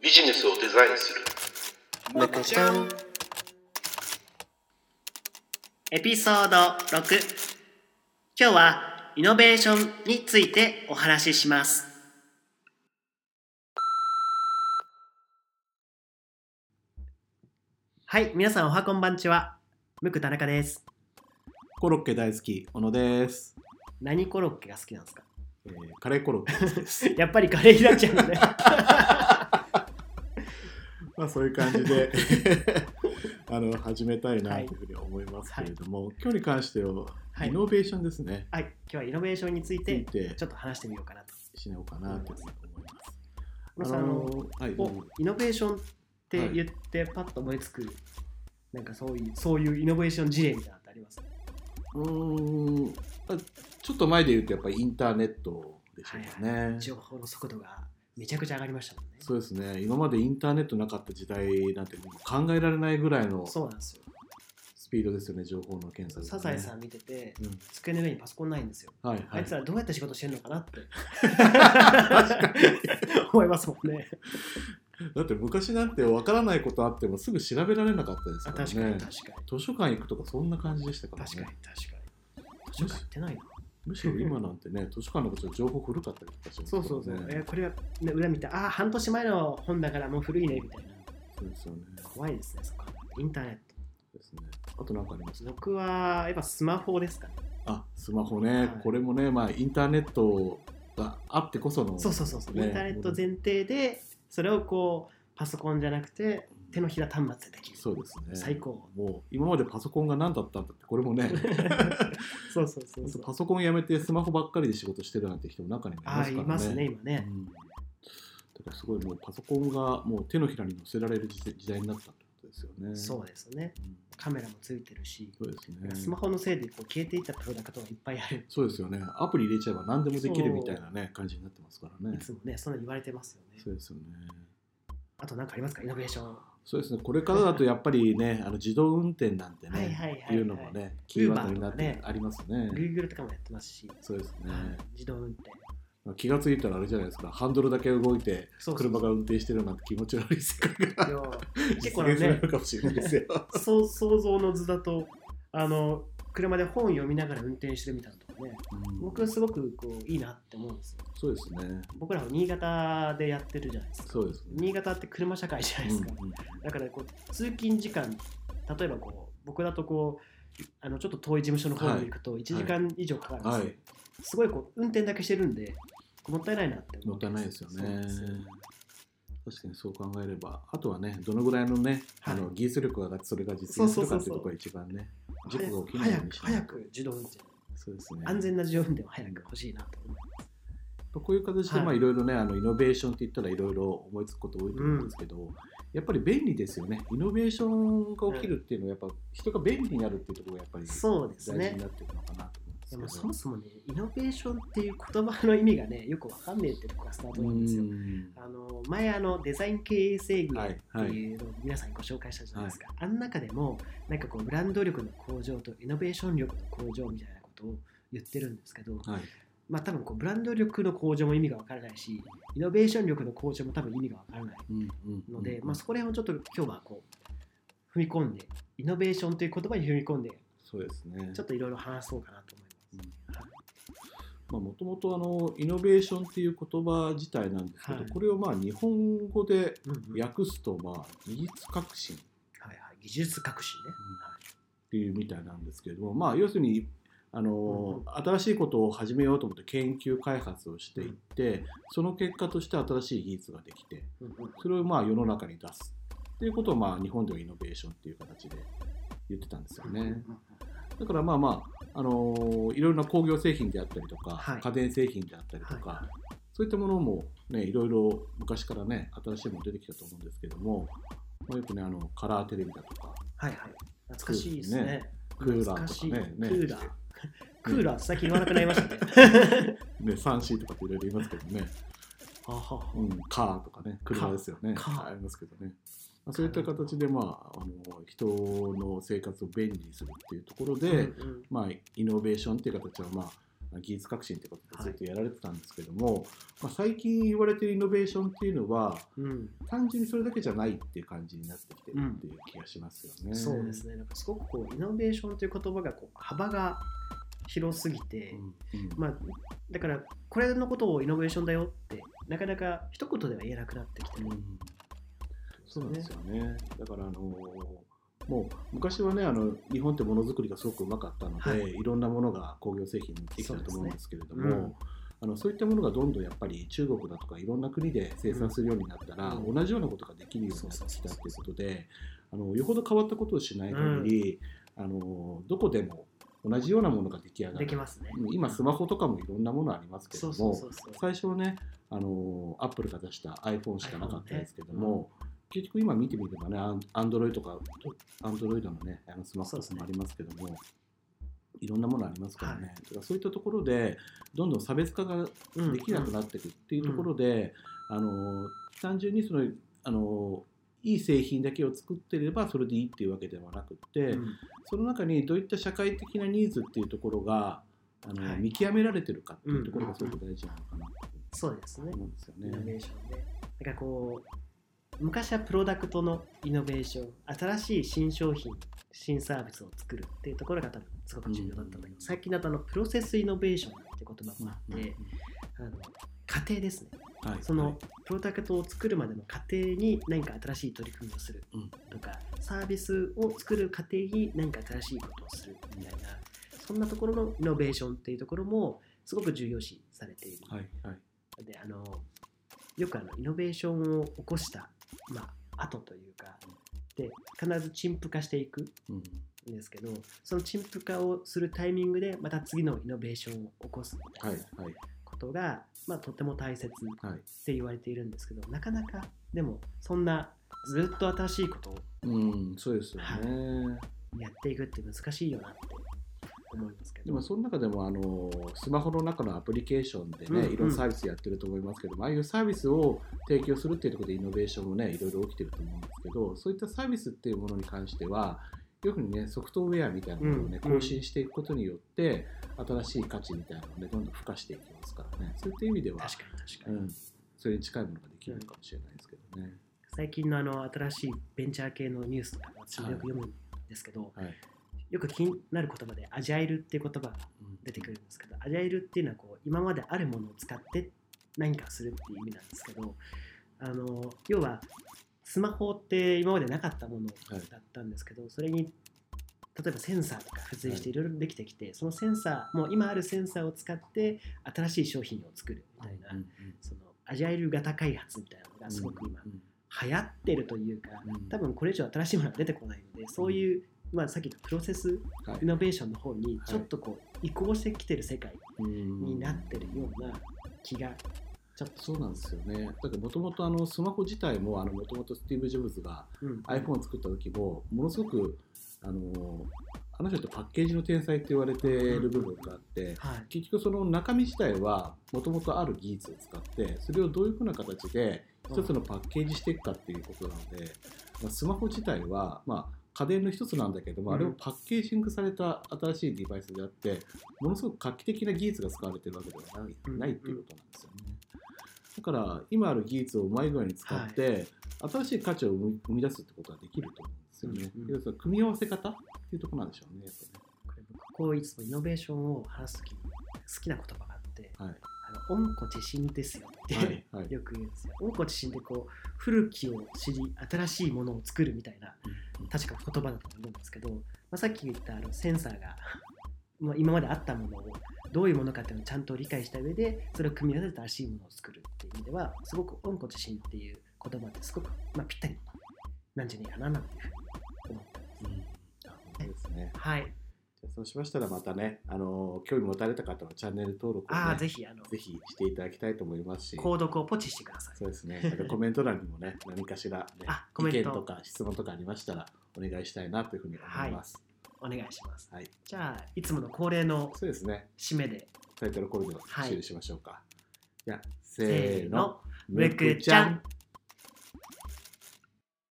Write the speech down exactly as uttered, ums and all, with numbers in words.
ビジネスをデザインするむかちゃんエピソードろく。今日はイノベーションについてお話しします。はい、皆さんおはこんばんちは。むく田中です。 コロッケ大好き小野です。 何コロッケが好きなんですか？ えー、カレーコロッケですやっぱりカレーになっちゃうのねまあそういう感じであの始めたいなというふうに思いますけれども、はい、今日に関してはイノベーションですね。 はい、はい、今日はイノベーションについてちょっと話してみようかなとしようかなというふうに思います。 あのーはい、イノベーションって言ってパッと思いつく、はい、なんかそういうそういうイノベーション事例みたいなのってありますか？ うーんちょっと前で言うとやっぱりインターネットでしょうかね、はいはい、 情報の速度がめちゃくちゃ上がりましたもんね。 そうですね。今までインターネットなかった時代なんて考えられないぐらいのそうなんですよスピードですよね。情報の検索、ね、 サザエさん見てて、うん、机の上にパソコンないんですよ、はいはい、あいつらどうやって仕事してるのかなって思いますもんね。 だって昔なんて分からないことあってもすぐ調べられなかったですからね。 確かに確かに。 図書館行くとかそんな感じでしたからね。 確かに確かに。図書館行ってないな。 むしろ今なんてね、図書館のこと情報古かったりとかしますからね。 そうそうそう。えー、これは、ね、裏見た、ああ、半年前の本だからもう古いねみたいな。 そうですよね。 怖いですね、そこ。インターネット。 ですね。あと何かありますか？ 僕はやっぱスマホですかね。 あ、スマホね。はい、これもね、まあインターネットがあってこその、ね。そうそうそうそう。インターネット前提で、それをこう、パソコンじゃなくて手のひら端末でできる。 そうですね。 最高。 もう今までパソコンが何だったんだってこれもねそうそうそうそう。 パソコンやめてスマホばっかりで仕事してるなんて人も中にもいますからね。 あ、いますね今ね、うん、 だからすごいもうパソコンがもう手のひらに乗せられる時代になったってことですよね。 そうですね、うん、カメラもついてるし、 そうですね、 スマホのせいでこう消えていったプロダクトがいっぱいある。 そうですよね。アプリ入れちゃえば何でもできるみたいなね感じになってますからね。 いつもねそんな言われてますよね。 そうですよね。 あと何かありますか？イノベーション。 そうですね。これからだとやっぱりね、あの自動運転なんてね、はいはいはいはい、いうのもね、キーワードになってありますね。 Google とかもやってますし。 そうですね。 自動運転。 気がついたらあれじゃないですか。ハンドルだけ動いて車が運転してるなんて気持ち悪い世界が結構ね、実現するかもしれないですよ。 そう想像の図だとあの車で本読みながら運転してるみたいなとかね、うん、僕はすごくこういいなって思うんですよ。 そうですね。 僕らは新潟でやってるじゃないですか。 そうですね。 新潟って車社会じゃないですか。うんうん、だからこう通勤時間、例えばこう僕だとこうあのちょっと遠い事務所の方に行くといちじかん以上かかるんですよ。はいはい、すごいこう運転だけしてるんでもったいないなって思う。 もったいないですよね。確かにそう考えれば、あとはね、どのぐらいのね、はい、あの技術力が上がってそれが実現するかっていうところが一番ね、事故が起きないようにしない。 早く自動運転。 そうですね。 安全な自動運転は早く欲しいなと思います。 こういう形で、まあいろいろね、あのイノベーションって言ったらいろいろ思いつくこと多いと思うんですけど、うん、やっぱり便利ですよね。イノベーションが起きるっていうのはやっぱ人が便利になるっていうところがやっぱり大事になっていくのかなと。 でもそもそもね、イノベーションっていう言葉の意味がね、よくわかんねえってところがスタートなんですよ。あの前あのデザイン経営制限っていうのを皆さんにご紹介したじゃないですか。はいはい、あの中でもなんかこうブランド力の向上とイノベーション力の向上みたいなことを言ってるんですけど、はい、まあ多分こうブランド力の向上も意味がわからないし、イノベーション力の向上も多分意味がわからないので、まあそこら辺をちょっと今日はこう踏み込んで、イノベーションという言葉に踏み込んで、 そうですね。 ちょっといろいろ話そうかなと思います。 もともとイノベーションっていう言葉自体なんですけど、はい、これをまあ日本語で訳すとまあ技術革新、 はいはい、技術革新ね、うん、 っていうみたいなんですけれども、まあ要するにあの、うん、新しいことを始めようと思って研究開発をしていって、うん、その結果として新しい技術ができて、うん、それをまあ世の中に出すっていうことをまあ日本ではイノベーションっていう形で言ってたんですよね。うん、だからまあまああのー、いろいろな工業製品であったりとか、はい、家電製品であったりとか、はい、そういったものも、ね、いろいろ昔からね新しいもの出てきたと思うんですけども、まあ、よくねあのカラーテレビだとか、 はいはい、懐かしいですね。 クーラーとかね、 クーラー、クーラー最近言わなくなりましたね。 ね スリーシー とかっていろいろ言いますけどね、 はは、 うん、カーとかね、車ですよね、ありますけどね。そういった形で、まあ、あの人の生活を便利にするっていうところで、うんうん、まあ、イノベーションっていう形は、まあ、 技術革新ということでずっとやられてたんですけども、はい、まあ、最近言われているイノベーションっていうのは、うん、単純にそれだけじゃないっていう感じになってきてるっていう気がしますよね。 うん、そうですね。なんかすごくこうイノベーションという言葉がこう幅が広すぎて、うんうん、まあ、だからこれのことをイノベーションだよってなかなか一言では言えなくなってきてる、うん、 そうなんですよね。だからあのー、もう昔はね、あの日本ってものづくりがすごくうまかったので、はい、いろんなものが工業製品にできたと思うんですけれども、 そうですね、うん、あのそういったものがどんどんやっぱり中国だとかいろんな国で生産するようになったら、うん、同じようなことができるようになってきたということで、あのよほど変わったことをしない限り、うん、あのどこでも同じようなものが出来上がる。 できますね。 今スマホとかもいろんなものありますけども、そうそうそうそう、最初はね、あのアップルが出した iPhone しかなかったですけども、ね、うん、結局今見てみればね、アンドロイドとかアンドロイドのね、あのスマホとかもありますけども、ね、いろんなものありますからね、はい、だからそういったところでどんどん差別化ができなくなっていくっていうところで、うんうん、あの単純にそのあのいい製品だけを作っていればそれでいいっていうわけではなくて、うん、その中にどういった社会的なニーズっていうところがあの、はい、見極められてるかっていうところがすごく大事なのかなと思うんですよね。 イノベーションで、なんかこう昔はプロダクトのイノベーション、新しい新商品、新サービスを作るっていうところが多分すごく重要だったんだけど、うん、最近だとあのプロセスイノベーションっていう言葉もあって、うん、あの過程ですね。はい、そのプロダクトを作るまでの過程に何か新しい取り組みをするとか、うん、サービスを作る過程に何か新しいことをするみたいな、そんなところのイノベーションっていうところもすごく重要視されている。はいはい、であのよくあのイノベーションを起こした、まあ、後というかで必ず陳腐化していくんですけど、うん、その陳腐化をするタイミングでまた次のイノベーションを起こすみたいな、はいはい、ことが、まあ、とても大切って言われているんですけど、はい、なかなかでもそんなずっと新しいことを、 うん、そうですよね、 はい、やっていくって難しいよなって思いますけど、 でもその中でもあのスマホの中のアプリケーションでね、うんうん、いろんなサービスやってると思いますけども、ああいうサービスを提供するっていうところでイノベーションもねいろいろ起きてると思うんですけど、そういったサービスっていうものに関してはよくねソフトウェアみたいなものをね、うん、更新していくことによって新しい価値みたいなのをねどんどん付加していきますからね、そういった意味では確かに確かに、 うん、それに近いものができるのかもしれないですけどね、うん、 最近のあの新しいベンチャー系のニュースとか私もよく読むんですけど、はいはい、よく気になる言葉でアジャイルっていう言葉が出てくるんですけど、うん、アジャイルっていうのはこう今まであるものを使って何かするっていう意味なんですけど、あの要はスマホって今までなかったものだったんですけど、はい、それに例えばセンサーとか付随していろいろできてきて、はい、そのセンサーもう今あるセンサーを使って新しい商品を作るみたいな、うんうん、そのアジャイル型開発みたいなのがすごく今流行ってるというか、うん、多分これ以上新しいものが出てこないので、そういう、まあ、さっきのプロセスイノベーションの方にちょっとこう移行してきてる世界になってるような気がちょっとそうなんですよね。だってもともとスマホ自体ももともとスティーブ・ジョブズが iPhone を作った時もものすごくあのあの人ってパッケージの天才って言われている部分があって、うんはい、結局その中身自体はもともとある技術を使ってそれをどういうふうな形で一つのパッケージしていくかっていうことなので、まあ、スマホ自体はまあ家電の一つなんだけども、うん、あれをパッケージングされた新しいデバイスであってものすごく画期的な技術が使われているわけではない、うん、ないっていうことなんですよね。だから今ある技術をうまい具合に使って、はい、新しい価値を生み出すってことはできると思うんですよね。うんうん、組み合わせ方っていうところなんでしょうね。やっぱねこれ僕こういつもイノベーションを話すときに好きな言葉があって、はい、あの温故知新ですよって、はいはい、よく言うんですよ。温故知新ってこう古きを知り新しいものを作るみたいな、うんうん、確か言葉だと思うんですけど、まあ、さっき言ったあのセンサーが今まであったものをどういうものかっていうのをちゃんと理解した上でそれを組み合わせて新しいものを作るっていう意味ではすごく温故知新っていう言葉ってすごく、まあ、ぴったりなんじゃないかななんていうふうに思ってます、うん、 そうですね。 はい。 じゃあそうしましたらまたね、あの興味持たれた方はチャンネル登録を、ね、 あぜひあのぜひしていただきたいと思いますし、 購読をポチしてください。 そうですね。あとコメント欄にもね何かしら、ね、意見とか質問とかありましたらお願いしたいなというふうに思います。 はい、お願いします。はい、じゃあいつもの恒例の締めでタイトルコールで終了しましょうか。 はい、 じゃあせーの、 むくちゃん。